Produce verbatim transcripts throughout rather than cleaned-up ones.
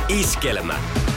Iskelmä.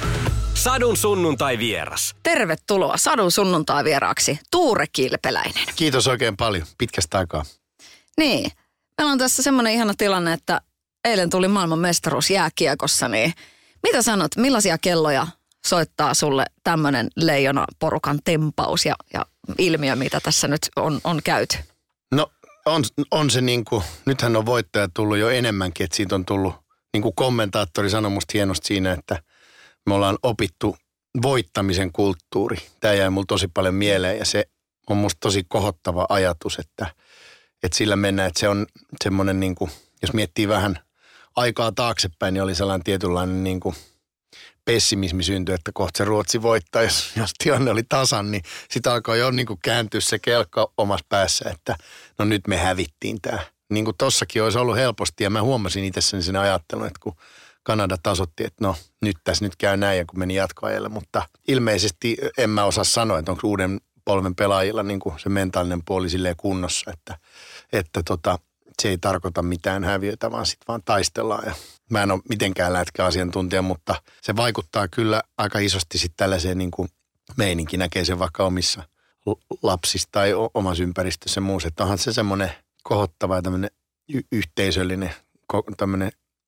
Sadun sunnuntai vieras. Tervetuloa Sadun sunnuntai vieraaksi Tuure Kilpeläinen. Kiitos oikein paljon. Pitkästä aikaa. Niin. Meillä on tässä semmoinen ihana tilanne, että eilen tuli maailman mestaruus jääkiekossa, niin mitä sanot, millaisia kelloja soittaa sulle tämmöinen leijona-porukan tempaus ja, ja ilmiö, mitä tässä nyt on, on käyty? No on, on se niin kuin, nythän on voittaja tullut jo enemmänkin, että siitä on tullut, niin kuin kommentaattori sanoi musta hienosti siinä, että me ollaan opittu voittamisen kulttuuri. Tämä jäi mulle tosi paljon mieleen ja se on musta tosi kohottava ajatus, että, että sillä mennään, että se on semmoinen niin kuin, jos miettii vähän aikaa taaksepäin, niin oli sellainen tietynlainen niin kuin pessimismi syntyi, että kohta se Ruotsi voittaa, jos, jos tilanne oli tasan, niin sitä alkoi jo niin kuin kääntyä se kelkka omassa päässä, että no nyt me hävittiin tämä. Niin kuin tossakin olisi ollut helposti ja mä huomasin itsessäni sen ajattelun, että kun Kanada tasoitti, että no nyt tässä nyt käy näin ja kun meni jatkoajalle, mutta ilmeisesti en mä osaa sanoa, että onko uuden polven pelaajilla niin kuin se mentaalinen puoli silleen kunnossa, että, että tota, se ei tarkoita mitään häviötä, vaan sitten vaan taistellaan. Ja mä en ole mitenkään lätkäasiantuntija, mutta se vaikuttaa kyllä aika isosti sitten tällaiseen niin kuin meininki, näkee sen vaikka omissa lapsissa tai omassa ympäristössä ja muussa. Että onhan se semmoinen kohottava ja tämmöinen y- yhteisöllinen tämmöinen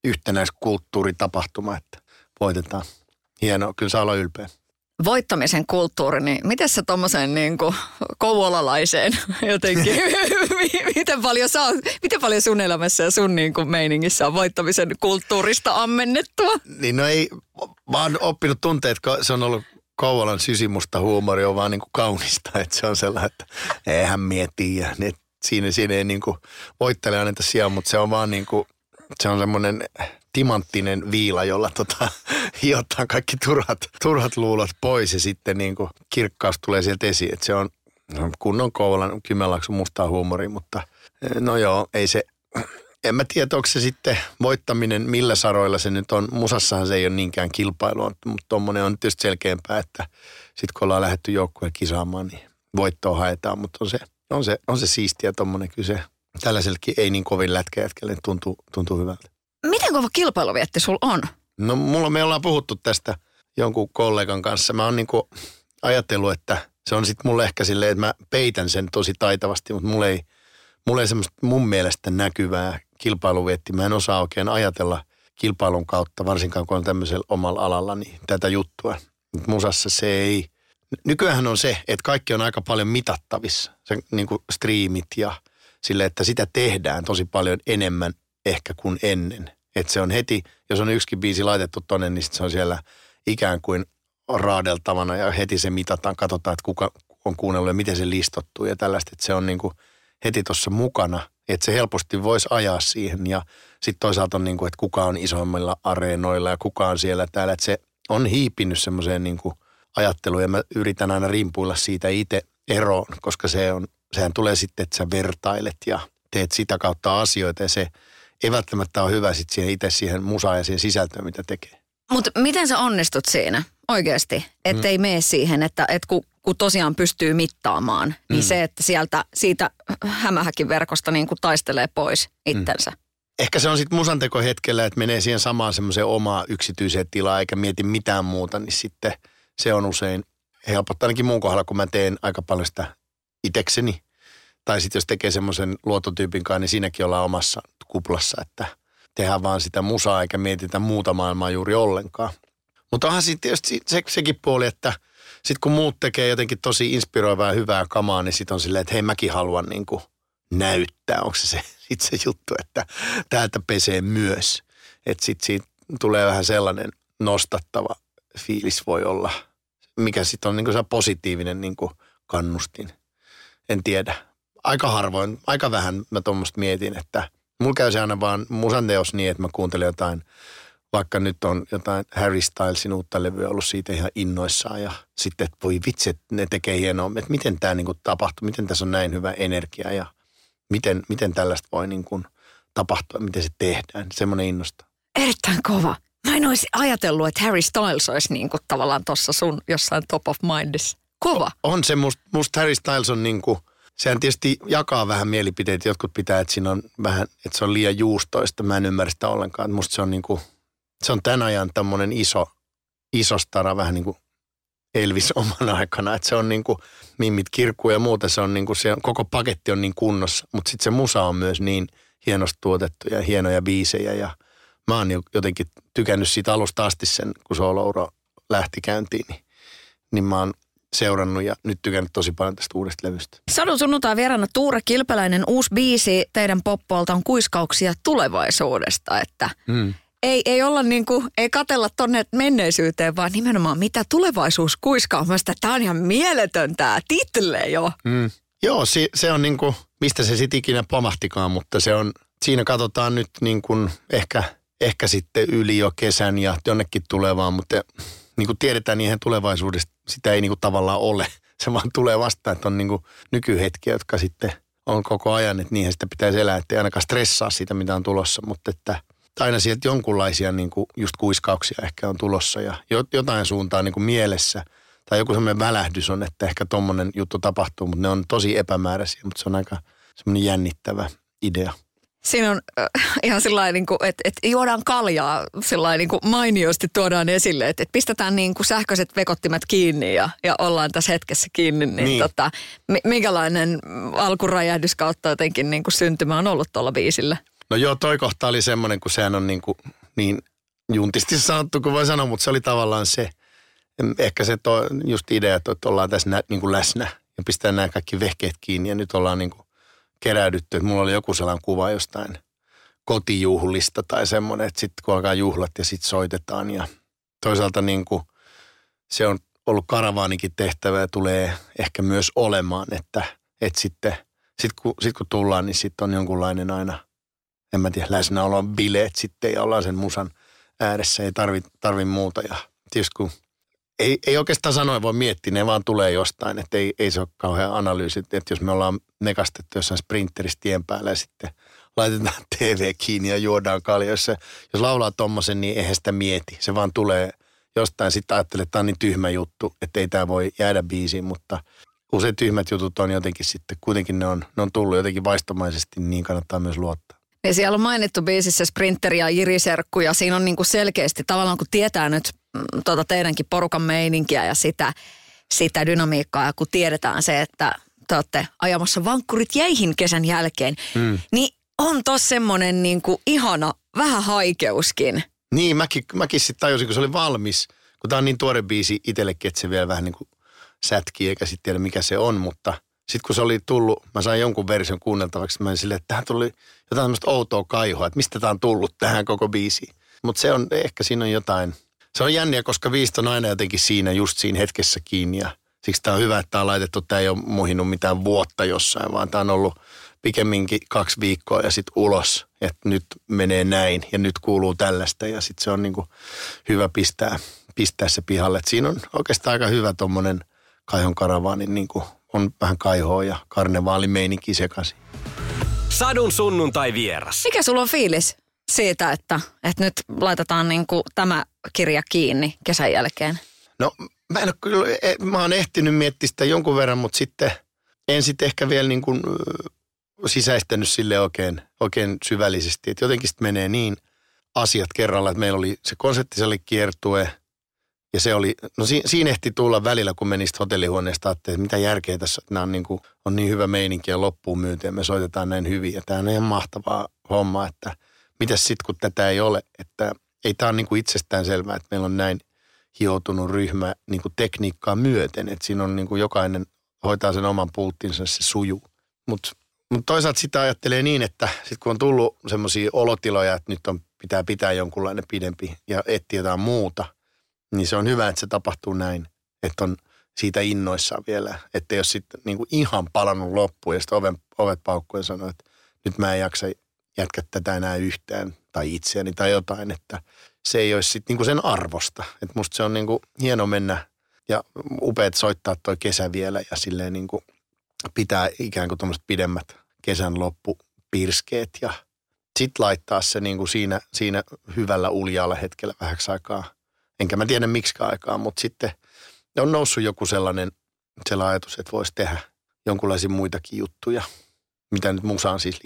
yhtenäiskulttuuritapahtuma, että voitetaan. Hienoa, kyllä saa olla ylpeä. Voittamisen kulttuuri, niin miten sä tommoseen niin kuin kouvolalaiseen jotenkin, miten paljon sä oot, miten paljon sun elämässä ja sun niin kuin meiningissä on voittamisen kulttuurista ammennettua? Niin no ei, mä oon oppinut tuntea, että se on ollut Kouvolan sysimusta huumori on vaan niin kuin kaunista, että se on sellainen, että eihän mieti ja ne, siinä, siinä ei niin kuin voittele anneta sijaan, mutta se on vaan niin kuin, se on semmoinen timanttinen viila, jolla tota, hiotaan kaikki turhat, turhat luulot pois ja sitten niin kuin kirkkaus tulee sieltä esiin. Että se on kunnon Kouvolan Kymenlaakson mustaa huumoria, mutta no joo, ei se, en mä tiedä, onko se sitten voittaminen, millä saroilla se nyt on. Musassahan se ei ole niinkään kilpailua, mutta tommoinen on tietysti selkeämpää, että sitten kun ollaan lähdetty joukkueen kisaamaan, niin voittoa haetaan, mutta on se, on se, on se siistiä tommoinen kyllä se. Tällaisellekin ei niin kovin lätkäjätkälle, tuntuu, tuntuu hyvältä. Miten kova kilpailuvietti sulla on? No mulla me ollaan puhuttu tästä jonkun kollegan kanssa. Mä oon niinku ajatellut, että se on sitten mulle ehkä silleen, että mä peitän sen tosi taitavasti, mutta mulla ei, mulla ei semmoista mun mielestä näkyvää kilpailuvietti. Mä en osaa oikein ajatella kilpailun kautta, varsinkaan kun on tämmöisellä omalla alalla, niin tätä juttua. Mutta musassa se ei. Nykyään on se, että kaikki on aika paljon mitattavissa. Se niinku striimit ja sille, että sitä tehdään tosi paljon enemmän ehkä kuin ennen. Että se on heti, jos on yksikin biisi laitettu tonne, niin sit se on siellä ikään kuin raadeltavana ja heti se mitataan, katsotaan, että kuka on kuunnellut ja miten se listottuu ja tällaista, että se on niin kuin heti tuossa mukana, että se helposti voisi ajaa siihen ja sitten toisaalta on niin kuin, että kuka on isommilla areenoilla ja kuka on siellä täällä, että se on hiipinyt semmoiseen niin kuin ajatteluun ja mä yritän aina rimpuilla siitä itse eroon, koska se on, sehän tulee sitten, että sä vertailet ja teet sitä kautta asioita ja se ei välttämättä ole hyvä sitten siihen itse siihen musaan ja siihen sisältöön, mitä tekee. Mutta miten sä onnistut siinä oikeasti, ettei mm. mene siihen, että et kun, kun tosiaan pystyy mittaamaan, niin mm. se, että sieltä siitä hämähäkin verkosta niin kuin taistelee pois itsensä. Mm. Ehkä se on sitten musanteko hetkellä, että menee siihen samaan semmoiseen omaan yksityiseen tilaan eikä mieti mitään muuta, niin sitten se on usein helpottaa ainakin mun kohdalla, kun mä teen aika paljon sitä itekseni. Tai sitten jos tekee semmoisen luottotyypin kanssa, niin siinäkin ollaan omassa kuplassa, että tehdään vaan sitä musaa eikä mietitä muuta maailmaa juuri ollenkaan. Mutta onhan sitten tietysti se, sekin puoli, että sitten kun muut tekee jotenkin tosi inspiroivaa ja hyvää kamaa, niin sitten on silleen, että hei mäkin haluan niin kuin näyttää. Onko se sitten se juttu, että täältä pesee myös. Että sitten siitä tulee vähän sellainen nostattava fiilis voi olla, mikä sitten on niin kuin se positiivinen niin kuin kannustin. En tiedä. Aika harvoin, aika vähän mä tuommoista mietin, että mulla käy se aina vaan musanteos niin, että mä kuuntelen jotain, vaikka nyt on jotain Harry Stylesin uutta levyä ollut siitä ihan innoissaan ja sitten, että voi vitsi, että ne tekee hienoa, että miten tämä niin kuin tapahtuu, miten tässä on näin hyvä energia ja miten, miten tällaista voi niin kuin tapahtua, miten se tehdään, semmoinen innostaa. Erittäin kova. Mä en olisi ajatellut, että Harry Styles olisi niin kuin tavallaan tuossa sun jossain top of mindissa. Kova. On se, musta must Harry Styles on niin kuin, sehän tietysti jakaa vähän mielipiteitä. Jotkut pitää, että siinä on vähän, että se on liian juustoista. Mä en ymmärrä sitä ollenkaan. Musta se on niin kuin, se on tämän ajan tämmöinen iso, iso stara, vähän niin kuin Elvis oman aikana. Että se on niin kuin mimmit kirkkuu ja muuta, se on niin kuin, se on, koko paketti on niin kunnossa. Mutta sitten se musa on myös niin hienosti tuotettu ja hienoja biisejä. Ja mä oon jotenkin tykännyt siitä alusta asti sen, kun Soul-Ouro lähti käyntiin, niin, niin mä oon seurannut ja nyt tykännyt tosi paljon tästä uudesta levystä. Sadun sunnuntai vieraana Tuure Kilpeläinen, uusi biisi teidän poppoolta on kuiskauksia tulevaisuudesta, että mm. ei, ei olla niin kuin, ei katella tonne menneisyyteen, vaan nimenomaan mitä tulevaisuus kuiskaa. Tämä on ihan mieletön tämä title jo. Mm. Joo, se, se on niin kuin, mistä se sitten ikinä pomahtikaan, mutta se on, siinä katsotaan nyt niin kuin ehkä, ehkä sitten yli jo kesän ja jonnekin tulevaan, mutta niin kuin tiedetään, niin eihän tulevaisuudesta sitä ei niin kuin tavallaan ole. Se vaan tulee vastaan, että on niin kuin nykyhetkiä, jotka sitten on koko ajan, että niinhän sitä pitäisi elää, ettei ainakaan stressaa siitä, mitä on tulossa, mutta että aina sieltä jonkunlaisia niin kuin just kuiskauksia ehkä on tulossa ja jotain suuntaa niin kuin mielessä tai joku semmoinen välähdys on, että ehkä tommonen juttu tapahtuu, mutta ne on tosi epämääräisiä, mutta se on aika semmoinen jännittävä idea. Siinä on äh, ihan sellainen, niin kuin, että, että juodaan kaljaa sellainen niin kuin mainiosti tuodaan esille, että, että pistetään niin kuin sähköiset vekottimet kiinni ja, ja ollaan tässä hetkessä kiinni. Niin, niin. Tota, minkälainen alkuräjähdys kautta jotenkin niin kuin syntymä on ollut tuolla biisillä? No joo, toi kohta oli semmoinen, kun sehän on niin, kuin, niin juntisti sanottu, kun voi sanoa, mutta se oli tavallaan se, ehkä se to, just idea, että ollaan tässä nä, niin kuin läsnä ja pistää nämä kaikki vehkeet kiinni ja nyt ollaan niin kuin keräydytty, että mulla oli joku sellainen kuva jostain kotijuhlista tai semmoinen, että sitten kun alkaa juhlat ja sitten soitetaan ja toisaalta niin kuin se on ollut karavaanikin tehtävä ja tulee ehkä myös olemaan, että, että sitten sit kun, sit kun tullaan, niin sitten on jonkunlainen aina, en mä tiedä, läsnäolo on bileet sitten ja ollaan sen musan ääressä, ei tarvi, tarvi muuta ja tietysti kun Ei, ei oikeastaan sanoen voi miettiä, ne vaan tulee jostain, että ei, ei se ole kauhean analyysi, että jos me ollaan nekastettu jossain sprinterissä tien päällä ja sitten laitetaan T V kiinni ja juodaan kalja. Jos, se, jos laulaa tommosen, niin eihän sitä mieti. Se vaan tulee jostain, sitten ajattelee, että tämä on niin tyhmä juttu, että ei tämä voi jäädä biisiin, mutta usein tyhmät jutut on jotenkin sitten, kuitenkin ne on, ne on tullut jotenkin vaistomaisesti, niin kannattaa myös luottaa. Ja siellä on mainittu biisissä Sprinteri ja Jiri Serkku ja siinä on niin kuin selkeästi tavallaan kun tietää nyt tuota teidänkin porukan meininkiä ja sitä, sitä dynamiikkaa ja kun tiedetään se, että te olette ajamassa vankkurit jäihin kesän jälkeen, mm. niin on tossa semmoinen niin kuin ihana vähän haikeuskin. Niin, mäkin, mäkin sitten tajusin, kun se oli valmis, kun tää on niin tuore biisi itsellekin, että se vielä vähän niin kuin sätkii eikä sitten tiedä mikä se on, mutta sitten kun se oli tullut, mä sain jonkun version kuunneltavaksi, mä olin silleen, että tähän tuli jotain tämmöistä outoa kaihoa, että mistä tää on tullut tähän koko biisiin. Mutta se on, ehkä siinä on jotain, se on jänniä, koska viisto on aina jotenkin siinä, just siinä hetkessä kiinni ja siksi tää on hyvä, että tää on laitettu, tää ei ole muhinut mitään vuotta jossain, vaan tää on ollut pikemminkin kaksi viikkoa ja sitten ulos, että nyt menee näin ja nyt kuuluu tällaista ja sitten se on niinku hyvä pistää, pistää se pihalle. Et siinä on oikeastaan aika hyvä tommonen Kaihon karavaani, niin kuin on vähän kaihoa ja karnevaalimeininki sekaisin. Sadun sunnuntai vieras. Mikä sulla on fiilis siitä, että, että nyt laitetaan niin kuin tämä kirja kiinni kesän jälkeen? No mä en ole kyllä, mä oon ehtinyt miettiä sitä jonkun verran, mutta sitten en sitten ehkä vielä niin kuin sisäistänyt sille oikein, oikein syvällisesti. Että jotenkin sitten menee niin asiat kerralla, että meillä oli se konserttisalikiertue ja se oli, no si, siinä ehti tulla välillä, kun meni hotellihuoneesta, että mitä järkeä tässä, että nämä on niin, kuin, on niin hyvä meininki ja loppuun myynti ja me soitetaan näin hyvin. Ja tämä on ihan mahtavaa homma, että mitäs sitten kun tätä ei ole, että ei tämä ole niin kuin itsestään selvää, että meillä on näin hioutunut ryhmä niin kuin tekniikkaa myöten, että siinä on niin kuin jokainen hoitaa sen oman pulttinsa, se sujuu. Mutta mut toisaalta sitä ajattelee niin, että sitten kun on tullut semmoisia olotiloja, että nyt on, pitää pitää jonkunlainen pidempi ja etsiä jotain muuta, niin se on hyvä, että se tapahtuu näin, että on siitä innoissaan vielä, että ei ole sitten niin kuin ihan palannut loppuun ja sitten oven, ovet paukkuu ja sanoo, että nyt mä en jaksa jätkä tätä enää yhtään tai itseäni tai jotain, että se ei olisi sitten niin kuin sen arvosta. Että musta se on niin kuin hieno mennä ja upeat soittaa toi kesä vielä ja silleen niin kuin pitää ikään kuin tuommoiset pidemmät kesän loppupirskeet ja sitten laittaa se niin kuin siinä, siinä hyvällä uljalla hetkellä vähäksi aikaa. Enkä mä tiedä miksikään aikaa, mutta sitten on noussut joku sellainen, sellainen ajatus, että voisi tehdä jonkunlaisia muitakin juttuja, mitä nyt musaan siis liittyy.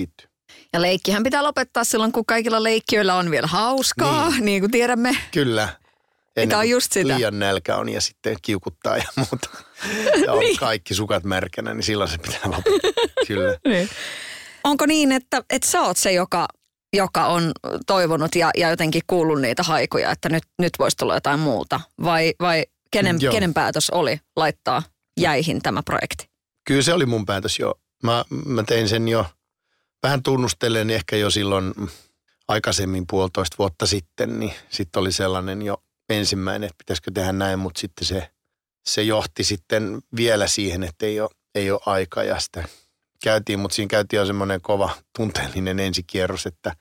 Ja leikkihän pitää lopettaa silloin, kun kaikilla leikkiöillä on vielä hauskaa, niin, niin kuin tiedämme. Kyllä. Mikä on just sitä. Liian nälkä on ja sitten kiukuttaa ja muuta. Ja on niin. Kaikki sukat märkänä, niin silloin se pitää lopettaa. Kyllä. Niin. Onko niin, että, että sä oot se, joka, joka on toivonut ja, ja jotenkin kuullut niitä haikuja, että nyt, nyt voisi tulla jotain muuta? Vai, vai kenen, kenen päätös oli laittaa jäihin tämä projekti? Kyllä se oli mun päätös jo. Mä, mä tein sen jo vähän tunnustellen ehkä jo silloin aikaisemmin puolitoista vuotta sitten, niin sitten oli sellainen jo ensimmäinen, että pitäisikö tehdä näin, mutta sitten se, se johti sitten vielä siihen, että ei ole, ei ole aikaa ja sitä käytiin, mutta siinä käytiin jo semmoinen kova tunteellinen ensikierros, että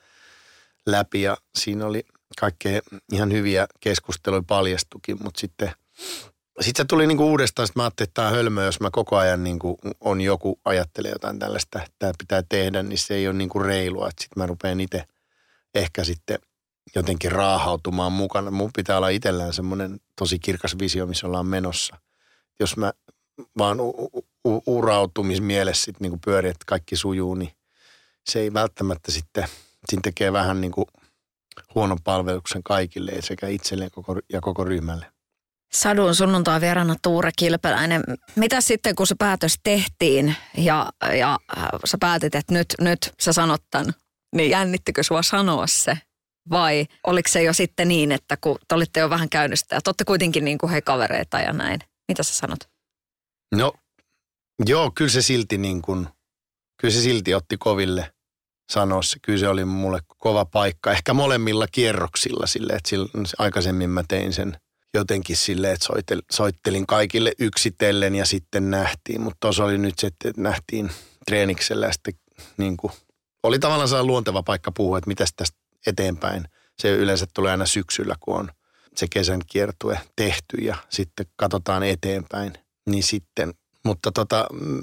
läpi ja siinä oli kaikkea ihan hyviä keskusteluja paljastukin, mutta sitten sitten se tuli niinku uudestaan, että mä ajattelin, että tämä on hölmö, jos mä koko ajan niinku on joku ajattelee jotain tällaista, että tämä pitää tehdä, niin se ei ole niinku reilua, että sitten mä rupean itse ehkä sitten jotenkin raahautumaan mukana. Mun pitää olla itsellään semmoinen tosi kirkas visio, missä ollaan menossa. Jos mä vaan u- u- urautumismielessä sitten niinku pyörin, että kaikki sujuu, niin se ei välttämättä sitten, siinä tekee vähän niinku huonon palveluksen kaikille sekä itselleen koko, ja koko ryhmälle. Sadun sunnuntai vieraana Tuure Kilpeläinen. Mitä sitten, kun se päätös tehtiin ja, ja sä päätit, että nyt, nyt sä sanot tämän, niin jännittikö sua sanoa se? Vai oliko se jo sitten niin, että kun te olitte jo vähän käynyt sitä ja te olette kuitenkin niin kuin hei kavereita ja näin. Mitä sä sanot? No joo, kyllä se silti niin kuin, kyllä se silti otti koville sanoa se. Kyllä se oli mulle kova paikka. Ehkä molemmilla kierroksilla sille, että silloin, aikaisemmin mä tein sen jotenkin silleen, että soittelin, soittelin kaikille yksitellen ja sitten nähtiin. Mutta tuossa oli nyt se, että nähtiin treeniksellä ja sitten niin kuin, oli tavallaan saa luonteva paikka puhua, että mitäs tästä eteenpäin. Se yleensä tulee aina syksyllä, kun on se kesän kiertue tehty ja sitten katsotaan eteenpäin. Niin sitten, mutta tota,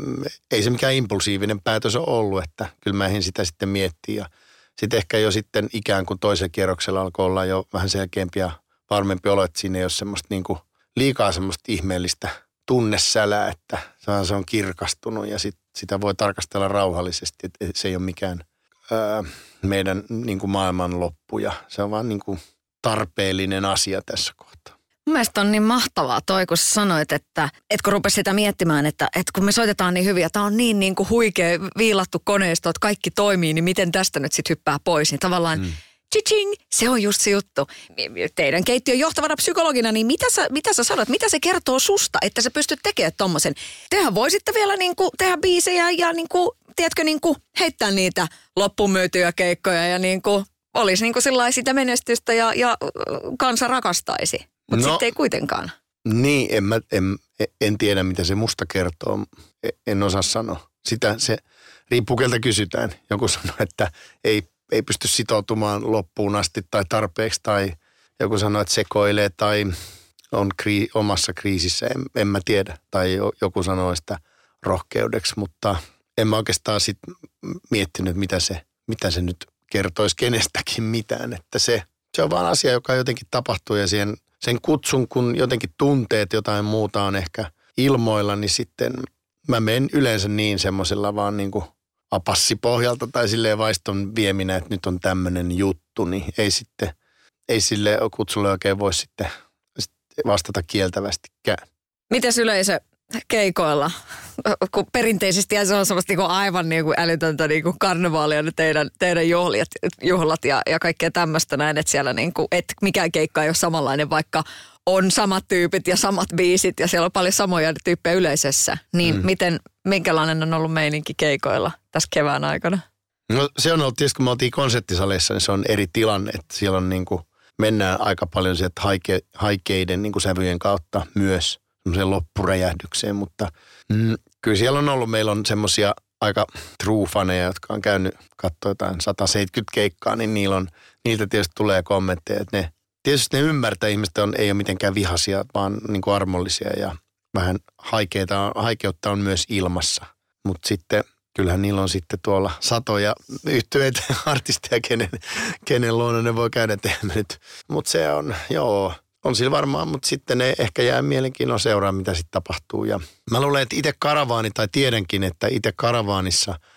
ei se mikään impulsiivinen päätös ole ollut, että kyllä mä en sitä sitten miettiä. Ja sitten ehkä jo sitten ikään kuin toisella kierroksella alkoi olla jo vähän selkeämpi ja varmempi olo, että siinä ei ole semmoista niin kuin liikaa semmoista ihmeellistä tunnesälää, että se on kirkastunut ja sit, sitä voi tarkastella rauhallisesti, että se ei ole mikään ää, meidän niin kuin maailmanloppu ja se on vaan niin kuin tarpeellinen asia tässä kohtaa. Mun mielestä on niin mahtavaa toi, kun sä sanoit, että, että kun rupesi sitä miettimään, että, että kun me soitetaan niin hyvin ja tää on niin, niin kuin huikea viilattu koneisto, että kaikki toimii, niin miten tästä nyt sit hyppää pois, niin tavallaan mm. Chiching, se on just se juttu. Teidän keittiön johtavana psykologina, niin mitä sä, mitä sä sanot, mitä se kertoo susta, että sä pystyt tekemään tommosen? Tehän voisitte vielä niinku tehdä biisejä ja niinku, tiedätkö, niinku heittää niitä loppuun myytyjä keikkoja ja niinku olisi niinku sellaisia sitä menestystä ja, ja kansa rakastaisi. Mutta no, sitten ei kuitenkaan. Niin, en, mä, en, en tiedä mitä se musta kertoo, en osaa sanoa. Sitä se riippuu keltä kysytään. Joku sanoo, että ei ei pysty sitoutumaan loppuun asti tai tarpeeksi, tai joku sanoo, että sekoilee tai on krii, omassa kriisissä, en, en mä tiedä. Tai joku sanoo sitä rohkeudeksi, mutta en mä oikeastaan sit miettinyt, mitä se, mitä se nyt kertoisi kenestäkin mitään. Että se, se on vaan asia, joka jotenkin tapahtuu ja siihen, sen kutsun, kun jotenkin tunteet jotain muuta on ehkä ilmoilla, niin sitten mä menen yleensä niin semmoisella vaan niin kuin apassipohjalta tai silleen vaiston vieminä, että nyt on tämmöinen juttu, niin ei sitten, ei sille kutsulle oikein voi sitten vastata kieltävästikään. Mites yleisö keikoilla? Kun perinteisesti se on semmoista niinku aivan niinku älytöntä niinku karnevaalia ne teidän, teidän juhlat, juhlat ja, ja kaikkea tämmöistä näin, että siellä niinku, et mikään keikka ei ole samanlainen, vaikka on samat tyypit ja samat biisit ja siellä on paljon samoja tyyppejä yleisössä. Niin mm. miten, minkälainen on ollut meininki keikoilla tässä kevään aikana? No se on ollut tietysti, kun me oltiin konserttisaleissa, niin se on eri tilanne, että siellä on niin kuin, mennään aika paljon sieltä haike, haikeiden niin kuin sävyjen kautta myös semmoiseen loppuräjähdykseen, mutta mm, kyllä siellä on ollut, meillä on semmoisia aika true-faneja, jotka on käynyt katsoa jotain sata seitsemänkymmentä keikkaa, niin niillä on, niiltä tietysti tulee kommentteja, että ne tietysti ne ymmärtää, ihmiset on, ei ole mitenkään vihaisia, vaan niin kuin armollisia ja vähän haikeita, haikeutta on myös ilmassa. Mutta sitten kyllähän niillä on sitten tuolla satoja yhtyeitä artisteja, kenen, kenen luona ne voi käydä tehdä nyt. Mutta se on, joo, on sillä varmaan, mutta sitten ne ehkä jää mielenkiinnolla seuraa, mitä sitten tapahtuu. Ja mä luulen, että itse Karavaani, tai tiedänkin, että itse Karavaanissa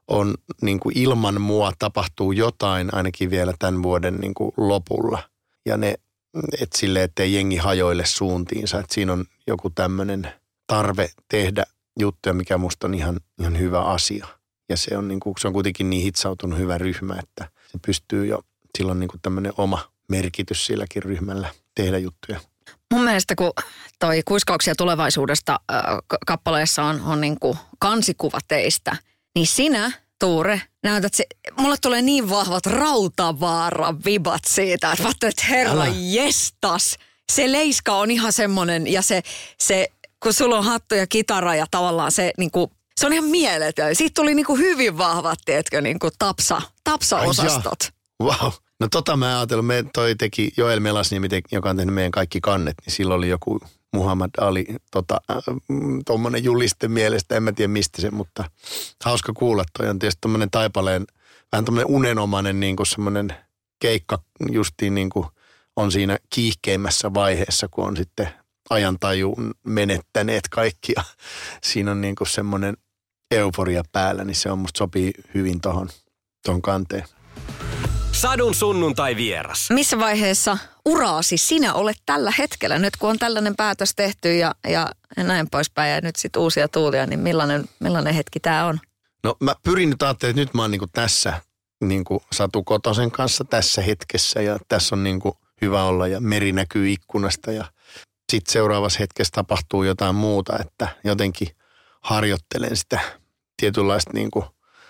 on niin kuin ilman mua tapahtuu jotain ainakin vielä tämän vuoden niin kuin lopulla. Ja ne, et silleen, ettei jengi hajoile suuntiinsa. Että siinä on joku tämmöinen tarve tehdä juttuja, mikä musta on ihan, ihan hyvä asia. Ja se on, niin kuin, se on kuitenkin niin hitsautunut hyvä ryhmä, että se pystyy jo, sillä on niin kuin tämmöinen oma merkitys silläkin ryhmällä tehdä juttuja. Mun mielestä kun toi Kuiskauksia tulevaisuudesta äh, kappaleessa on, on niin kuin kansikuva teistä, niin sinä, Tuure, näytät se, mulle tulee niin vahvat Rautavaaran vibat siitä, että vaikka että herra Älä. jestas, se leiska on ihan semmoinen ja se, se, kun sulla on hattu ja kitara ja tavallaan se niin kuin, se on ihan mieletön. Siitä tuli niin kuin hyvin vahvat, tiedätkö, niin kuin tapsa, tapsa-osastot. Wow. No tota mä ajattelin, me toi teki Joel Melasniemi, joka on tehnyt meidän kaikki kannet, niin silloin oli joku Muhammad Ali, tota, äh, tommonen juliste mielestä, en mä tiedä mistä se, mutta hauska kuulla. Toi on tietysti tommonen taipaleen, vähän tommonen unenomainen niin kuin semmoinen keikka justiin niin kuin on siinä kiihkeimmässä vaiheessa, kun on sitten ajantajuun menettäneet kaikki ja siinä on niin kuin semmoinen euforia päällä, niin se on musta sopii hyvin tohon, tohon kanteen. Sadun sunnuntai vieras. Missä vaiheessa uraasi sinä olet tällä hetkellä, nyt kun on tällainen päätös tehty ja, ja näin poispäin ja nyt sitten uusia tuulia, niin millainen, millainen hetki tämä on? No mä pyrin nyt ajattelemaan, että nyt mä oon niinku tässä niinku Satu Kotosen kanssa tässä hetkessä ja tässä on niinku hyvä olla ja meri näkyy ikkunasta ja sitten seuraavassa hetkessä tapahtuu jotain muuta, että jotenkin harjoittelen sitä tietynlaista niinku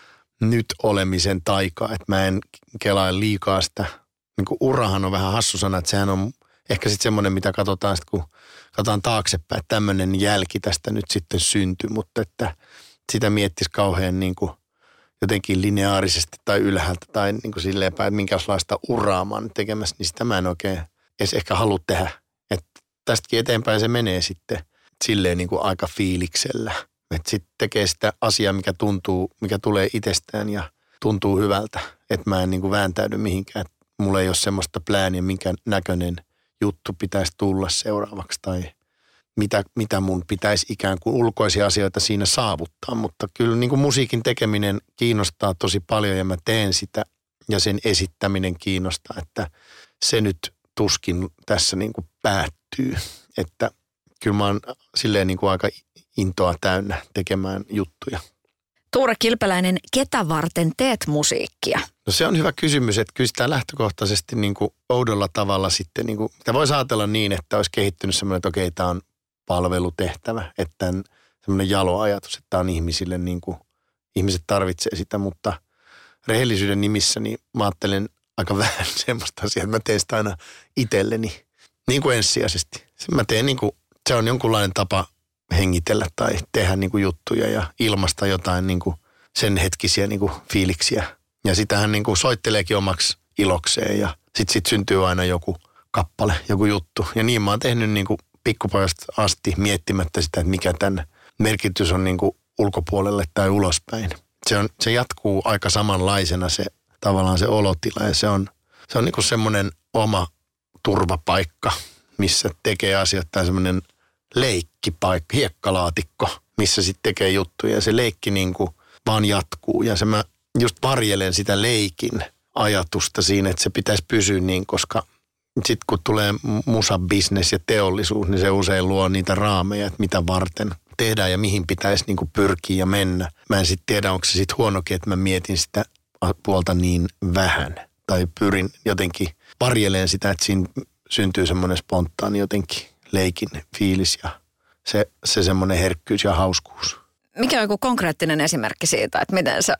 nyt olemisen taikaa, että mä en kelaa liikaa sitä. Niin kuin urahan on vähän hassu sana, että sehän on ehkä sitten semmoinen, mitä katsotaan sitten, kun katsotaan taaksepäin, että tämmöinen jälki tästä nyt sitten syntyi, mutta että sitä miettisi kauhean niin kuin jotenkin lineaarisesti tai ylhäältä tai niin kuin silleen päin, että minkälaista uraa mä oon tekemässä, niin sitä mä en oikein edes ehkä halua tehdä. Että tästäkin eteenpäin se menee sitten silleen niin kuin aika fiiliksellä. Että sitten tekee sitä asiaa, mikä tuntuu, mikä tulee itsestään ja tuntuu hyvältä. Että mä en niin kuin vääntäydy mihinkään. Että mulla ei ole semmoista plääniä, minkä näköinen juttu pitäisi tulla seuraavaksi. Tai mitä, mitä mun pitäisi ikään kuin ulkoisia asioita siinä saavuttaa. Mutta kyllä niin kuin musiikin tekeminen kiinnostaa tosi paljon ja mä teen sitä. Ja sen esittäminen kiinnostaa, että se nyt tuskin tässä niin kuin päättyy. Että kyllä mä oon silleen niin kuin aika intoa täynnä tekemään juttuja. Tuure Kilpeläinen, ketä varten teet musiikkia? No se on hyvä kysymys, että kyllä sitä lähtökohtaisesti niin kuin oudolla tavalla sitten, niin kuin, sitä voisi ajatella niin, että olisi kehittynyt semmoinen, että okei, tämä on palvelutehtävä, että semmoinen jalo ajatus, että tämä on ihmisille niin kuin, ihmiset tarvitsee sitä, mutta rehellisyyden nimissä niin mä ajattelen aika vähän semmoista asiaa, että mä teen sitä aina itselleni, niin kuin ensisijaisesti. Mä teen niin kuin, se on jonkunlainen tapa hengitellä tai tehdä niin kuin juttuja ja ilmaista jotain niin kuin sen hetkisiä niin kuin fiiliksiä. Ja sitähän niin kuin soitteleekin omaksi ilokseen ja sit, sit syntyy aina joku kappale, joku juttu. Ja niin mä oon tehnyt niin kuin pikkupojasta asti miettimättä sitä, että mikä tämän merkitys on niin kuin ulkopuolelle tai ulospäin. Se, on, se jatkuu aika samanlaisena se tavallaan se olotila ja se on, se on niin kuin semmoinen oma turvapaikka, missä tekee asioita tai semmoinen leikkipaikka, hiekkalaatikko, missä sitten tekee juttuja ja se leikki niin kuin vaan jatkuu. Ja se mä just varjelen sitä leikin ajatusta siinä, että se pitäisi pysyä niin, koska sitten kun tulee musabisnes ja teollisuus, niin se usein luo niitä raameja, että mitä varten tehdään ja mihin pitäisi niin kuin pyrkiä ja mennä. Mä en sitten tiedä, onko se sitten huonokin, että mä mietin sitä puolta niin vähän tai pyrin jotenkin varjeleen sitä, että siinä syntyy semmoinen spontaani jotenkin leikin fiilis ja se, se semmoinen herkkyys ja hauskuus. Mikä on joku konkreettinen esimerkki siitä, että miten sä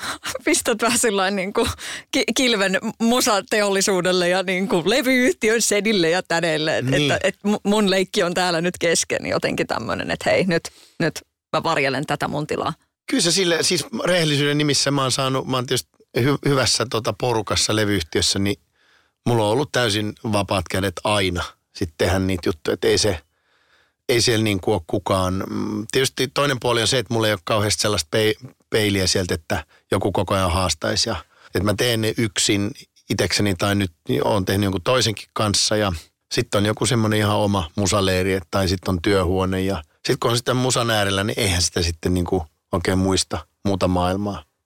pistät vähän sillain niin kuin kilven musateollisuudelle ja niin kuin levyyhtiön sedille ja tädeille, niin. että, että mun leikki on täällä nyt kesken jotenkin tämmöinen, että hei nyt, nyt mä varjelen tätä mun tilaa. Kyllä se sille, siis rehellisyyden nimissä mä oon saanut, mä oon tietysti hy, hyvässä tota porukassa levyyhtiössä, niin mulla on ollut täysin vapaat kädet aina sitten tehdä niitä juttuja, että ei se, ei siellä niin kuin ole kukaan. Tietysti toinen puoli on se, että mulla ei ole kauheasti sellaista peiliä sieltä, että joku koko ajan haastaisi ja että mä teen ne yksin itekseni tai nyt oon tehnyt jonkun toisenkin kanssa ja sitten on joku semmoinen ihan oma musaleiri tai sitten on työhuone ja sitten kun on sitten musan äärellä, niin eihän sitä sitten niin kuin oikein muista muuta maailmaa.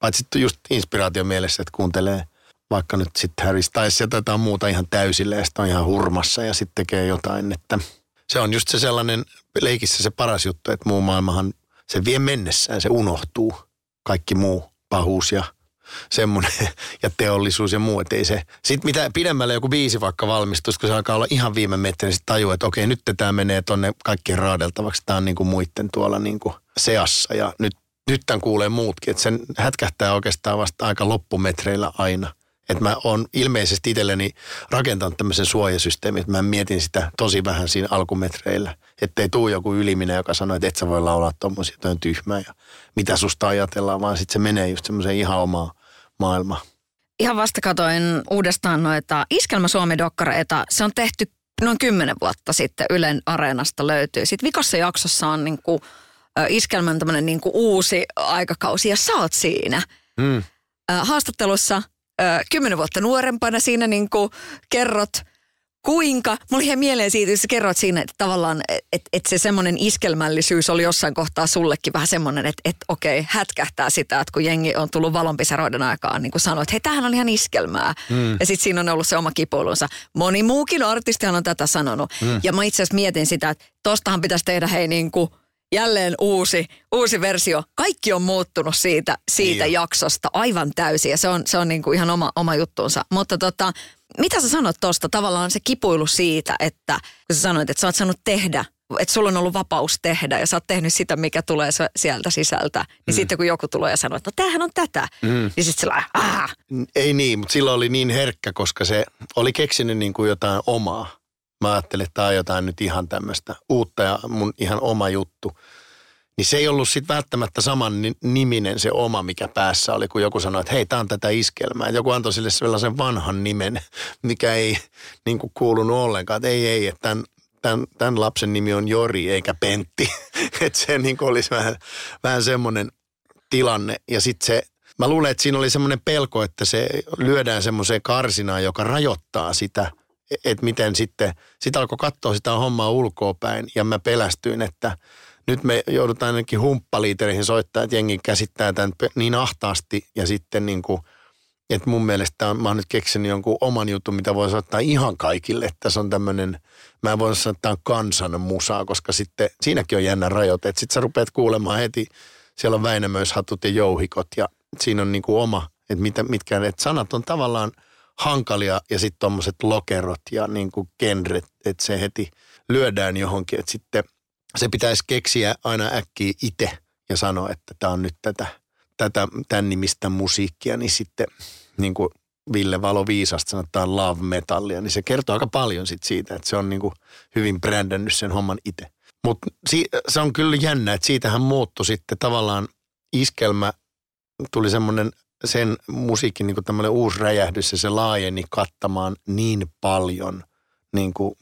Paitsi just inspiraation mielessä, että kuuntelee vaikka nyt sitten Harry Styles ja jotain muuta ihan täysille ja sitten on ihan hurmassa ja sitten tekee jotain, että se on just se sellainen leikissä se paras juttu, että muu maailmahan se vie mennessään, se unohtuu. Kaikki muu pahuus ja semmoinen ja teollisuus ja muu, että ei se. Sitten mitä pidemmälle joku biisi vaikka valmistuisi, kun se alkaa olla ihan viime metri, niin sitten tajuu, että okei, nyt tämä menee tonne kaikkien raadeltavaksi. Tämä on niinku muitten tuolla niinku seassa ja nyt, nyt tämän kuulee muutkin, että sen hätkähtää oikeastaan vasta aika loppumetreillä aina. Että mä oon ilmeisesti itselleni rakentanut tämmöisen suojasysteemin, että mä mietin sitä tosi vähän siinä alkumetreillä. Että ei tuu joku yliminen, joka sanoo, että et sä voi laulaa tommosia, toi on tyhmää ja mitä susta ajatellaan, vaan sitten se menee just semmoiseen ihan omaan maailmaan. Ihan vasta katoin uudestaan noita Iskelmä Suomi-dokkareita. Se on tehty noin kymmenen vuotta sitten Ylen Areenasta löytyy. Sitten vikossa jaksossa on niinku, äh, Iskelmän tämmöinen niinku uusi aikakausi ja sä oot siinä. Mm. Äh, haastattelussa kymmenen vuotta nuorempana siinä niin kuin kerrot, kuinka, mulla oli ihan mieleen siitä, että sä kerrot siinä, että tavallaan, että, että se semmoinen iskelmällisyys oli jossain kohtaa sullekin vähän semmoinen, että, että okei, hätkähtää sitä, että kun jengi on tullut valonpisaroiden aikaan, niin kuin sanoo, että hei, tämähän on ihan iskelmää. Mm. Ja sitten siinä on ollut se oma kipuilunsa. Moni muukin artistihan on tätä sanonut. Mm. Ja mä itse asiassa mietin sitä, että tostahan pitäisi tehdä hei niin kuin jälleen uusi, uusi versio. Kaikki on muuttunut siitä, siitä jaksosta aivan täysin ja se on, se on niin kuin ihan oma, oma juttuunsa. Mutta tota, mitä sä sanot tuosta? Tavallaan se kipuilu siitä, että kun sä sanoit, että sä oot saanut tehdä, että sulla on ollut vapaus tehdä ja sä oot tehnyt sitä, mikä tulee sieltä sisältä. Niin mm. sitten kun joku tulee ja sanoo, että no tämähän on tätä, mm. niin sitten sillä aah. Ei niin, mutta silloin oli niin herkkä, koska se oli keksinyt niin kuin jotain omaa. Mä ajattelin, että tämä on jotain nyt ihan tämmöistä uutta ja mun ihan oma juttu. Niin se ei ollut sitten välttämättä saman niminen se oma, mikä päässä oli, kun joku sanoi, että hei, tämä on tätä iskelmää. Joku antoi sille sellaisen vanhan nimen, mikä ei niin kuin kuulunut ollenkaan. Että ei, ei, että tämän, tämän, tämän lapsen nimi on Jori eikä Pentti. Että se niin kuin olisi vähän, vähän semmoinen tilanne. Ja sitten se, mä luulen, että siinä oli semmoinen pelko, että se lyödään semmoiseen karsinaan, joka rajoittaa sitä. Että miten sitten, sitä alkoi katsoa sitä hommaa ulkoa päin ja mä pelästyin, että nyt me joudutaan ainakin humppaliitereihin soittaa, että jengi käsittää tämän niin ahtaasti ja sitten niin kuin, että mun mielestä mä oon nyt keksinyt jonkun oman jutun, mitä voi soittaa ihan kaikille, että se on tämmöinen, mä en voi sanoa, että tämä on kansan musaa, koska sitten siinäkin on jännä rajoite, että sitten sä rupeat kuulemaan heti, siellä on Väinämöishatut ja jouhikot ja siinä on niin kuin oma, että mitä, mitkä, että sanat on tavallaan hankalia ja sitten tommoset lokerot ja niin kuin genret, että se heti lyödään johonkin, että sitten se pitäisi keksiä aina äkkiä itse ja sanoa, että tämä on nyt tätä, tätä tämän nimistä musiikkia, niin sitten niin kuin Ville Valo Viisasta sanotaan love metallia, niin se kertoo aika paljon sit siitä, että se on niin kuin hyvin brändännyt sen homman itse. Mutta si- se on kyllä jännä, että siitähän muuttui sitten tavallaan iskelmä, tuli semmoinen sen musiikin niin kuin tämmöinen uusi räjähdys ja se laajeni kattamaan niin paljon niin kuin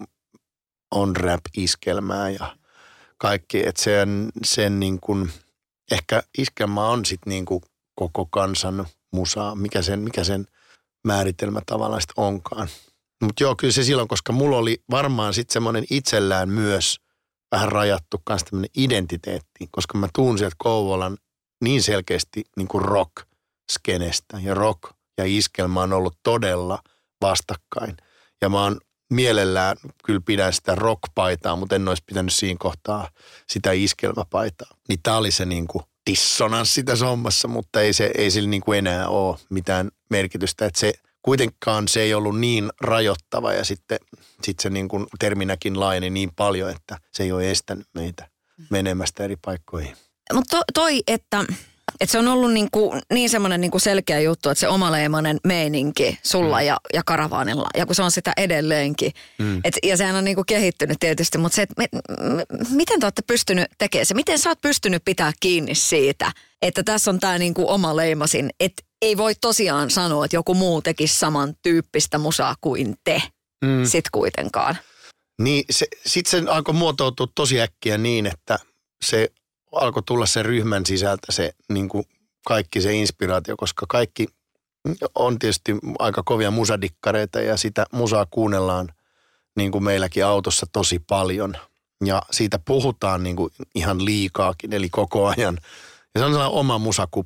on rap-iskelmää ja kaikki, että sen, sen niin kuin, ehkä iskelmä on sitten niin kuin koko kansan musaa, mikä sen, mikä sen määritelmä tavallaan sitten onkaan. Mutta joo, kyllä se silloin, koska mulla oli varmaan sitten semmoinen itsellään myös vähän rajattu kanssa tämmöinen identiteetti, koska mä tuun sieltä Kouvolan niin selkeästi niin kuin rock-skenestä ja rock ja iskelmä on ollut todella vastakkain. Ja mä oon mielellään kyllä pidän sitä rock-paitaa, mutta en olisi pitänyt siinä kohtaa sitä iskelmäpaitaa. Niin tää oli se niin kuin dissonanssi tässä hommassa, mutta ei, se, ei sillä niin kuin enää ole mitään merkitystä. Että se kuitenkaan se ei ollut niin rajoittava ja sitten sit se niin kuin terminäkin laajeni niin paljon, että se ei ole estänyt meitä menemästä eri paikkoihin. Mutta to, toi, että... Että se on ollut niinku, niin semmoinen niinku selkeä juttu, että se omaleimainen meininki sulla mm. ja, ja Karavaanilla, ja kun se on sitä edelleenkin. Mm. Et, ja sehän on niinku kehittynyt tietysti, mutta se, että me, me, miten te olette pystynyt tekemään se? Miten sä oot pystynyt pitää kiinni siitä, että tässä on tämä niinku oma leimasin, että ei voi tosiaan sanoa, että joku muu tekisi samantyyppistä musaa kuin te mm. sit kuitenkaan. Niin, sitten se alkoi muotoutua tosi äkkiä niin, että se alkoi tulla sen ryhmän sisältä se niin kuin kaikki se inspiraatio, koska kaikki on tietysti aika kovia musadikkareita ja sitä musaa kuunnellaan niin kuin meilläkin autossa tosi paljon. Ja siitä puhutaan niin kuin ihan liikaakin, eli koko ajan. Ja se on sellainen oma musakupla.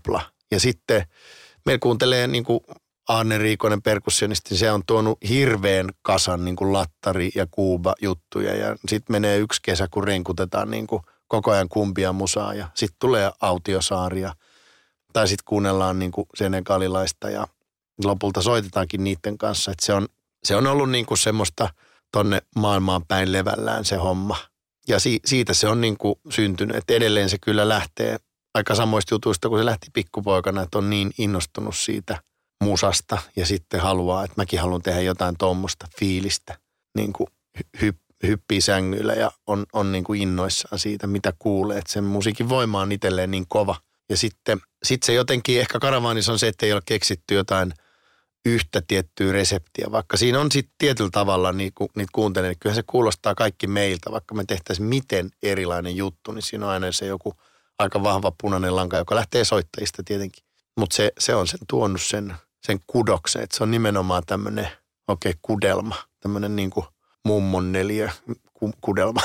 Ja sitten meillä kuuntelee niin kuin Aarne Riikonen perkussionisti, se on tuonut hirveän kasan niin kuin lattari- ja kuuba-juttuja. Ja sitten menee yksi kesä, kun renkutetaan niin kuin koko ajan kumpia musaa ja sitten tulee autiosaaria. Tai sitten kuunnellaan niin kuin senegalilaista ja lopulta soitetaankin niiden kanssa. Että se on, se on ollut niin kuin semmoista tonne maailmaan päin levällään se homma. Ja si, siitä se on niin kuin syntynyt, että edelleen se kyllä lähtee aika samoista jutuista, kun se lähti pikkupoikana, että on niin innostunut siitä musasta ja sitten haluaa, että mäkin haluan tehdä jotain tuommoista fiilistä, niin kuin hy, hyppii sängyllä ja on, on niin kuin innoissaan siitä, mitä kuulee, että sen musiikin voima on itselleen niin kova. Ja sitten sit se jotenkin ehkä karavaanissa on se, että ei ole keksitty jotain yhtä tiettyä reseptiä, vaikka siinä on sitten tietyllä tavalla niin kuin niitä kuuntelee, niin kyllähän se kuulostaa kaikki meiltä, vaikka me tehtäisiin miten erilainen juttu, niin siinä on aina se joku aika vahva punainen lanka, joka lähtee soittajista tietenkin. Mutta se, se on sen tuonut sen, sen kudoksen, että se on nimenomaan tämmöinen, okei, okay, kudelma, tämmöinen niin kuin mummon neliö ku, kudelma.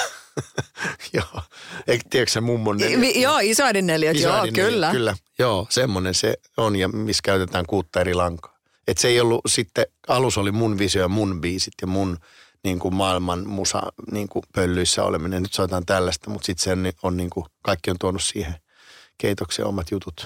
Joo, eikö tiedätkö se mummon neliö? I, joo, isoäidin neliöt, joo, neliö, kyllä. Kyllä, joo, semmoinen se on ja missä käytetään kuutta eri lankaa. Että se ei ollut sitten, alus oli mun visio ja mun biisit ja mun niin kuin maailman musa niin kuin pöllyissä oleminen. Nyt soitaan tällaista, mutta sitten se on, on niin kuin, kaikki on tuonut siihen keitokseen omat jutut.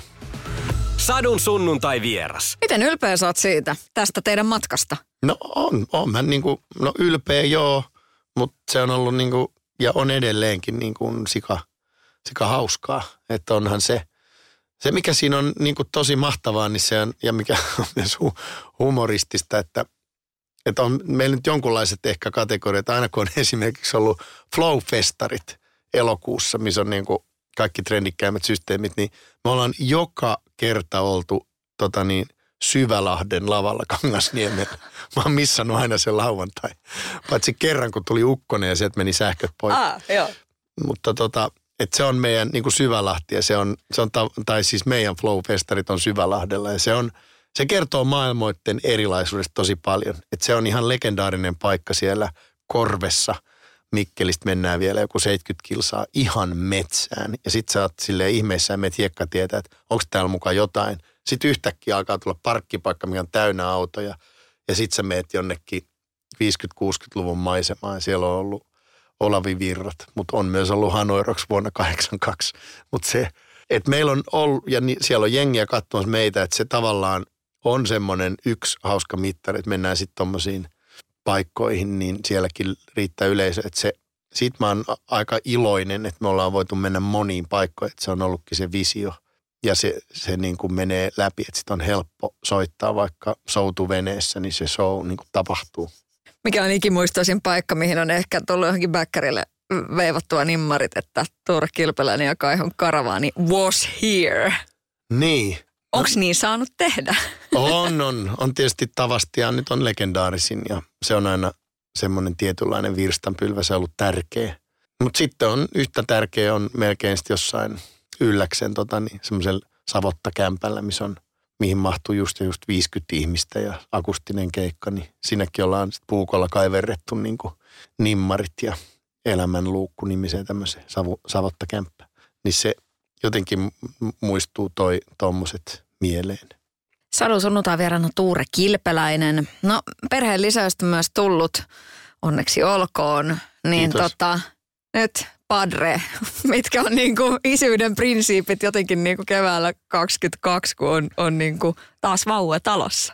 Sadun sunnuntai vieras. Miten ylpeä sä oot siitä, tästä teidän matkasta? No on, on mä niin kuin, no ylpeä joo, mutta se on ollut niin kuin, ja on edelleenkin niin kuin sika, sika hauskaa, että onhan se. Se, mikä siinä on niin kuin tosi mahtavaa, niin se on, ja mikä on myös humoristista, että, että on meillä nyt jonkunlaiset ehkä kategoriat, aina kun on esimerkiksi ollut Flow-festarit elokuussa, missä on niin kuin kaikki trendikkäimmät systeemit, niin me ollaan joka kerta oltu tota niin, Syvälahden lavalla Kangasniemellä. Mä oon missannut aina sen lauantai. Paitsi kerran, kun tuli ukkonen ja sieltä meni sähköt pois. Ah, joo. Mutta tota... Että se on meidän niin kuin Syvälahti ja se on, se on, tai siis meidän Flow-festarit on Syvälahdella ja se on, se kertoo maailmoiden erilaisuudesta tosi paljon. Että se on ihan legendaarinen paikka siellä Korvessa. Mikkelistä mennään vielä joku seitsemänkymmentä kilsaa ihan metsään ja sit sä oot silleen ihmeissään meet hiekkatietä, että onko täällä mukaan jotain. Sitten yhtäkkiä alkaa tulla parkkipaikka, mikä on täynnä autoja ja sit sä meet jonnekin viisikymmentä-kuusikymmentäluvun maisemaan ja siellä on ollut Olavi Virrat, mutta on myös ollut Hanoiroks vuonna kahdeksankymmentäkaksi. Mutta se, että meillä on ollut, ja ni, siellä on jengiä katsomassa meitä, että se tavallaan on semmoinen yksi hauska mittari, että mennään sitten tommosiin paikkoihin, niin sielläkin riittää yleisö. Että se, siitä mä oon aika iloinen, että me ollaan voitu mennä moniin paikkoihin, että se on ollutkin se visio. Ja se, se niin kuin menee läpi, että sit on helppo soittaa vaikka soutuveneessä, niin se show niin kuin tapahtuu. Mikä on ikimuistoisin paikka, mihin on ehkä tullut johonkin bäkkärille veivattua nimmarit, että Tuure Kilpeläinen ja Kaihon karavaani was here. Niin. Onko niin saanut tehdä? On, on. On tietysti tavasti ja nyt on legendaarisin ja se on aina semmoinen tietynlainen virstanpylvä, se on ollut tärkeä. Mutta sitten on yhtä tärkeä on melkein jossain Ylläksen tota, niin, semmoisella Savotta-kämpällä, missä on mihin mahtuu just just viisikymmentä ihmistä ja akustinen keikka, niin sinnekin ollaan sit puukolla kaiverrettu niin kuin nimmarit ja elämänluukku nimiseen tämmöiseen savu, Savotta-kämppä. Niin se jotenkin muistuu toi tommoset mieleen. Sadun sunnuntai vieraana Tuure Kilpeläinen. No perheen lisäystä myös tullut, onneksi olkoon. Niin Kiitos. tota, nyt padre, mitkä on niin kuin isyyden prinsiipit jotenkin niin kuin keväällä kaksikymmentäkaksi, kun on, on niin kuin taas vauva talossa?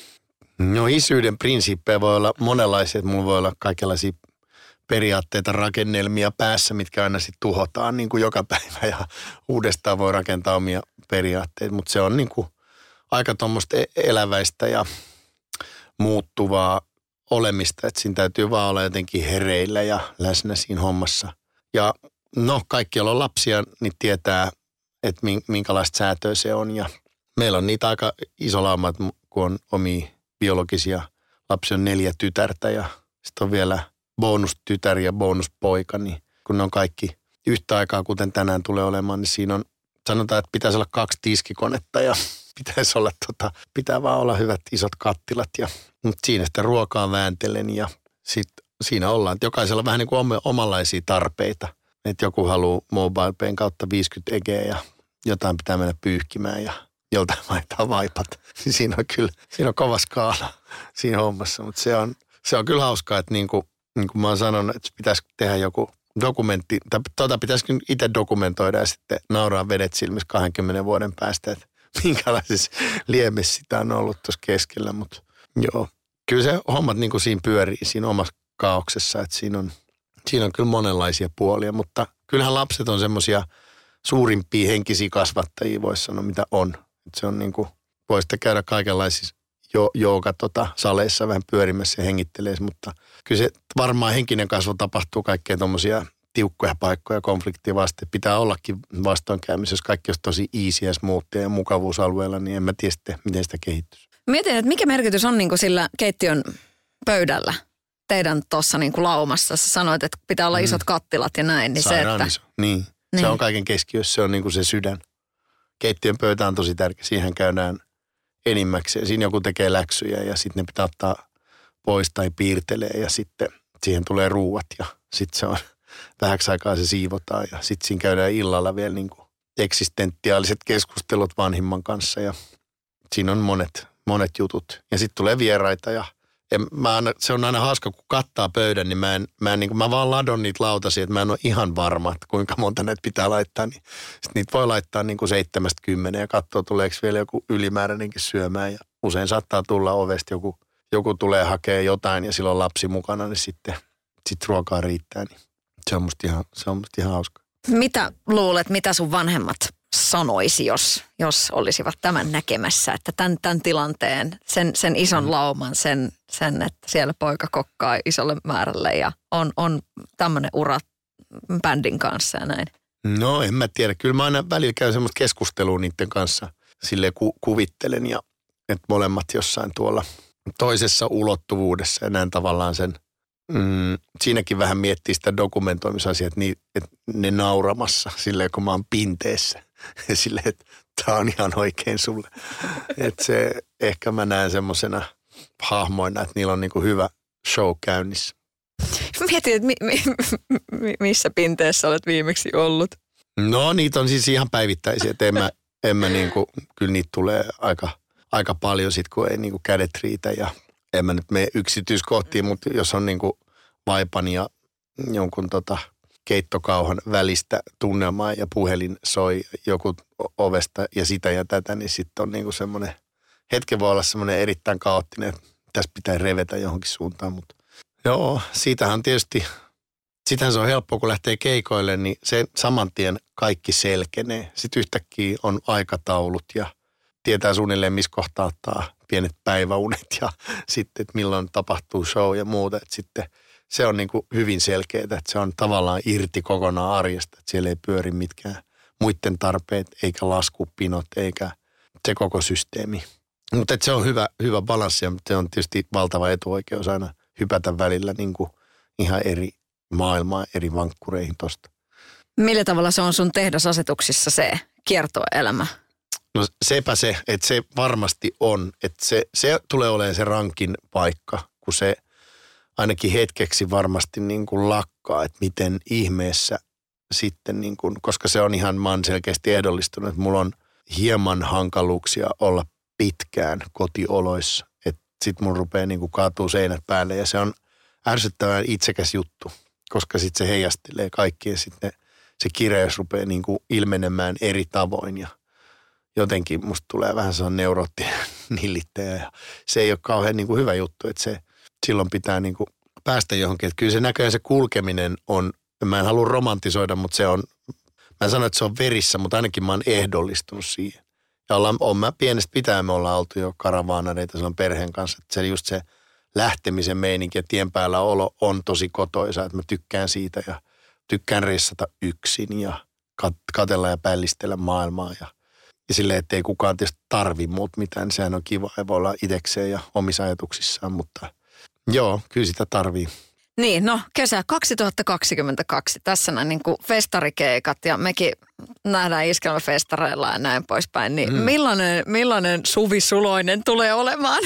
No isyyden prinsiippejä voi olla monenlaisia, että mulla voi olla kaikenlaisia periaatteita, rakennelmia päässä, mitkä aina sitten tuhotaan niin kuin joka päivä ja uudestaan voi rakentaa omia periaatteita, mutta se on niin kuin aika tuommoista eläväistä ja muuttuvaa olemista, että siinä täytyy vaan olla jotenkin hereillä ja läsnä siinä hommassa. Ja no, kaikki, joilla on lapsia, niin tietää, että minkälaista säätöä se on. Ja meillä on niitä aika iso lauma, kun on omia biologisia. Lapsi on neljä tytärtä ja sitten on vielä bonustytär ja bonuspoika. Niin kun ne on kaikki yhtä aikaa, kuten tänään tulee olemaan, niin siinä on, sanotaan, että pitäisi olla kaksi tiskikonetta ja pitäisi olla, tota, pitää vaan olla hyvät isot kattilat. Ja, mutta siinä sitten ruokaa vääntelen ja sitten siinä ollaan, että jokaisella on vähän niin kuin omanlaisia tarpeita. Että joku haluaa MobilePayn kautta viisikymmentä egeä ja jotain pitää mennä pyyhkimään ja joltain vaihtaa vaipat. Siinä on kyllä, siinä on kova skaala siinä hommassa, mutta se on, se on kyllä hauskaa, että niin kuin, niin kuin mä oon sanonut, että pitäisi tehdä joku dokumentti, tai tuota pitäisi itse dokumentoida ja sitten nauraa vedet silmissä kahdenkymmenen vuoden päästä, että minkälaisessa liemessä sitä on ollut tuossa keskellä, mutta joo. Kyllä se hommat niin kuin siinä pyörii siinä omassa kaauksessa, että siinä on, siinä on kyllä monenlaisia puolia, mutta kyllähän lapset on semmoisia suurimpia henkisiä kasvattajia, voisi sanoa, mitä on. Että se on niin kuin, voi sitten käydä kaikenlaisissa jo, jooga tota, saleissa vähän pyörimässä ja hengitteleessä, mutta kyllä se varmaan henkinen kasvu tapahtuu kaikkea tuommoisia tiukkoja paikkoja, konfliktia vasten. Pitää ollakin vastoinkäymissä, jos kaikki olisi tosi easy ja smoothia ja mukavuusalueella, niin en mä tiedä sitten, miten sitä kehittyisi. Mietin, että mikä merkitys on niin kuin sillä keittiön pöydällä teidän tuossa niin kuin laumassa. Sä sanoit, että pitää olla isot kattilat ja näin. Niin Sairaan se, että... iso. Niin. niin. Se on kaiken keskiössä, se on niin kuin se sydän. Keittiön pöytä on tosi tärkeä, siihen käydään enimmäkseen. Siinä joku tekee läksyjä ja sitten ne pitää ottaa pois tai piirtelee ja sitten siihen tulee ruuat ja sitten se on vähäksi aikaa se siivotaan ja sitten siinä käydään illalla vielä niin kuin eksistentiaaliset keskustelut vanhimman kanssa ja siinä on monet, monet jutut. Ja sitten tulee vieraita ja en, mä aina, se on aina hauska, kun kattaa pöydän, niin mä, en, mä, en, niin kuin, mä vaan ladon niitä lautasia, että mä en ole ihan varma, että kuinka monta näitä pitää laittaa. Niin sitten niitä voi laittaa niin kuin seitsemästä kymmenen ja katsoa, tuleeko vielä joku ylimääräinenkin syömään. Ja usein saattaa tulla ovesta joku, joku tulee hakemaan jotain ja silloin lapsi mukana, niin sitten sit ruokaa riittää. Niin se on musta ihan, se on musta ihan hauska. Mitä luulet, mitä sun vanhemmat sanoisi, jos, jos olisivat tämän näkemässä, että tämän, tämän tilanteen, sen, sen ison lauman, sen, sen, että siellä poika kokkaa isolle määrälle ja on, on tämmöinen ura bändin kanssa ja näin? No en mä tiedä. Kyllä mä aina välillä käyn semmoista keskustelua niiden kanssa. Silleen ku, kuvittelen ja että molemmat jossain tuolla toisessa ulottuvuudessa ja näin tavallaan sen. Mm, siinäkin vähän miettii sitä dokumentoimisasiaa, että, niin, että ne nauramassa silleen, kun mä oon pinteessä. Silleen, että tää on ihan oikein sulle. Että se ehkä mä näen semmosena hahmoina, että niillä on niinku hyvä show käynnissä. Mietin, että mi, mi, mi, missä pinteessä olet viimeksi ollut? No niitä on siis ihan päivittäisiä, että en mä, en mä niinku, kyllä niitä tulee aika, aika paljon sit, kun ei niinku kädet riitä ja en mä nyt mene yksityiskohtiin, mutta jos on niinku vaipan ja jonkun tota keittokauhan välistä tunnelmaa ja puhelin soi joku ovesta ja sitä ja tätä, niin sitten on niinku semmoinen, hetken voi olla semmoinen erittäin kaoottinen, että tässä pitää revetä johonkin suuntaan, mutta joo, siitähän tietysti, sitähän se on helppoa, kun lähtee keikoille, niin se saman tien kaikki selkenee. Sitten yhtäkkiä on aikataulut ja tietää suunnilleen, missä kohtaa ottaa pienet päiväunet ja sitten, että milloin tapahtuu show ja muuta. Että sitten se on niin kuin hyvin selkeää, että se on tavallaan irti kokonaan arjesta, että siellä ei pyöri mitkään muiden tarpeet, eikä laskupinot, eikä se koko systeemi. Mutta se on hyvä, hyvä balanssi ja se on tietysti valtava etuoikeus aina hypätä välillä niin kuin ihan eri maailmaa, eri vankkureihin tosta. Millä tavalla se on sun tehdasasetuksissa se kiertoelämä? No sepä se, että se varmasti on, että se, se tulee olemaan se rankin paikka, kun se ainakin hetkeksi varmasti niin kuin lakkaa, että miten ihmeessä sitten, niin kuin, koska se on ihan, mä oon selkeästi ehdollistunut, että mulla on hieman hankaluuksia olla pitkään kotioloissa, että sit mun rupeaa niin kuin kaatuu seinät päälle ja se on ärsyttävän itsekäs juttu, koska sitten se heijastelee kaikkien sitten se kireys rupeaa niin kuin ilmenemään eri tavoin ja jotenkin musta tulee vähän sellainen neuroottinen nillittäjä ja se ei ole kauhean niin kuin hyvä juttu, että se silloin pitää niin kuin päästä johonkin. Että kyllä se näköjään se kulkeminen on, mä en halua romantisoida, mutta se on, mä en sano, että se on verissä, mutta ainakin mä oon ehdollistunut siihen. Ja ollaan, on mä pienestä pitäen me ollaan oltu jo karavaanareita silloin perheen kanssa, että se just se lähtemisen meininki ja tien päällä olo on tosi kotoisa, että mä tykkään siitä ja tykkään reissata yksin ja kat- katella ja pällistellä maailmaa ja Ja silleen, että ei kukaan tietysti tarvi muut mitään, sehän on kiva ja voi olla itsekseen ja omissa ajatuksissaan, mutta joo, kyllä sitä tarvii. Niin, no kesä kaksituhattakaksikymmentäkaksi, tässä näin niin kuin festarikeikat ja mekin nähdään iskelmäfestareilla ja näin poispäin, niin mm. millainen, millainen Suvi Suloinen tulee olemaan?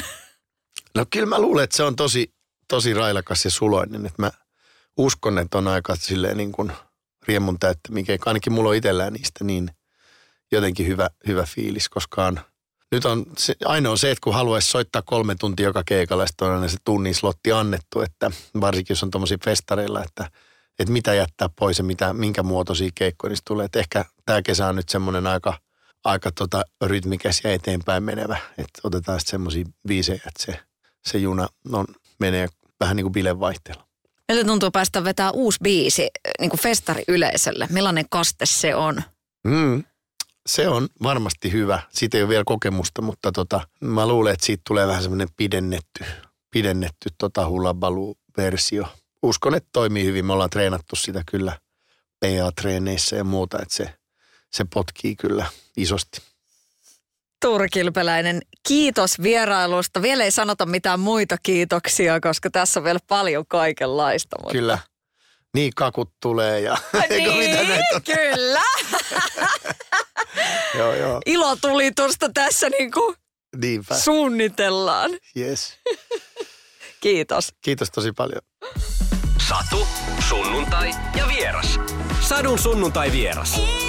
No kyllä mä luulen, että se on tosi, tosi railakas ja suloinen, että mä uskon, että on aika silleen niin kuin riemun täyttämiä, ainakin mulla on itsellään niistä niin jotenkin hyvä, hyvä fiilis, koska on nyt on se, ainoa se, että kun haluaisi soittaa kolme tuntia joka keikalla, sitten on aina se tunnin slotti annettu, että varsinkin jos on tommosia festareilla, että, että mitä jättää pois ja mitä, minkä muotoisia keikkoja niistä tulee. Että ehkä tämä kesä on nyt semmoinen aika, aika tota rytmikäs ja eteenpäin menevä, että otetaan sitten semmoisia biisejä, että se, se juna on, menee vähän niin kuin bilevaihteella. Meille tuntuu päästä vetää uusi biisi niin kuin festari yleisölle. Millainen kaste se on? Mm. Se on varmasti hyvä. Siitä ei ole vielä kokemusta, mutta tota, mä luulen, että siitä tulee vähän semmoinen pidennetty, pidennetty tota Hullabaloo-versio. Uskon, että toimii hyvin. Me ollaan treenattu sitä kyllä P A-treeneissä ja muuta, että se, se potkii kyllä isosti. Tuuri Kilpeläinen, kiitos vierailusta. Vielä ei sanota mitään muita kiitoksia, koska tässä on vielä paljon kaikenlaista. Mutta... Kyllä. Niin kakut tulee ja... Niin, mitä näitä kyllä. Joo, joo. Ilotulitusta tässä niin kuin Niinpä. Suunnitellaan. Yes. Kiitos. Kiitos tosi paljon. Satu, sunnuntai ja vieras. Sadun sunnuntai vieras.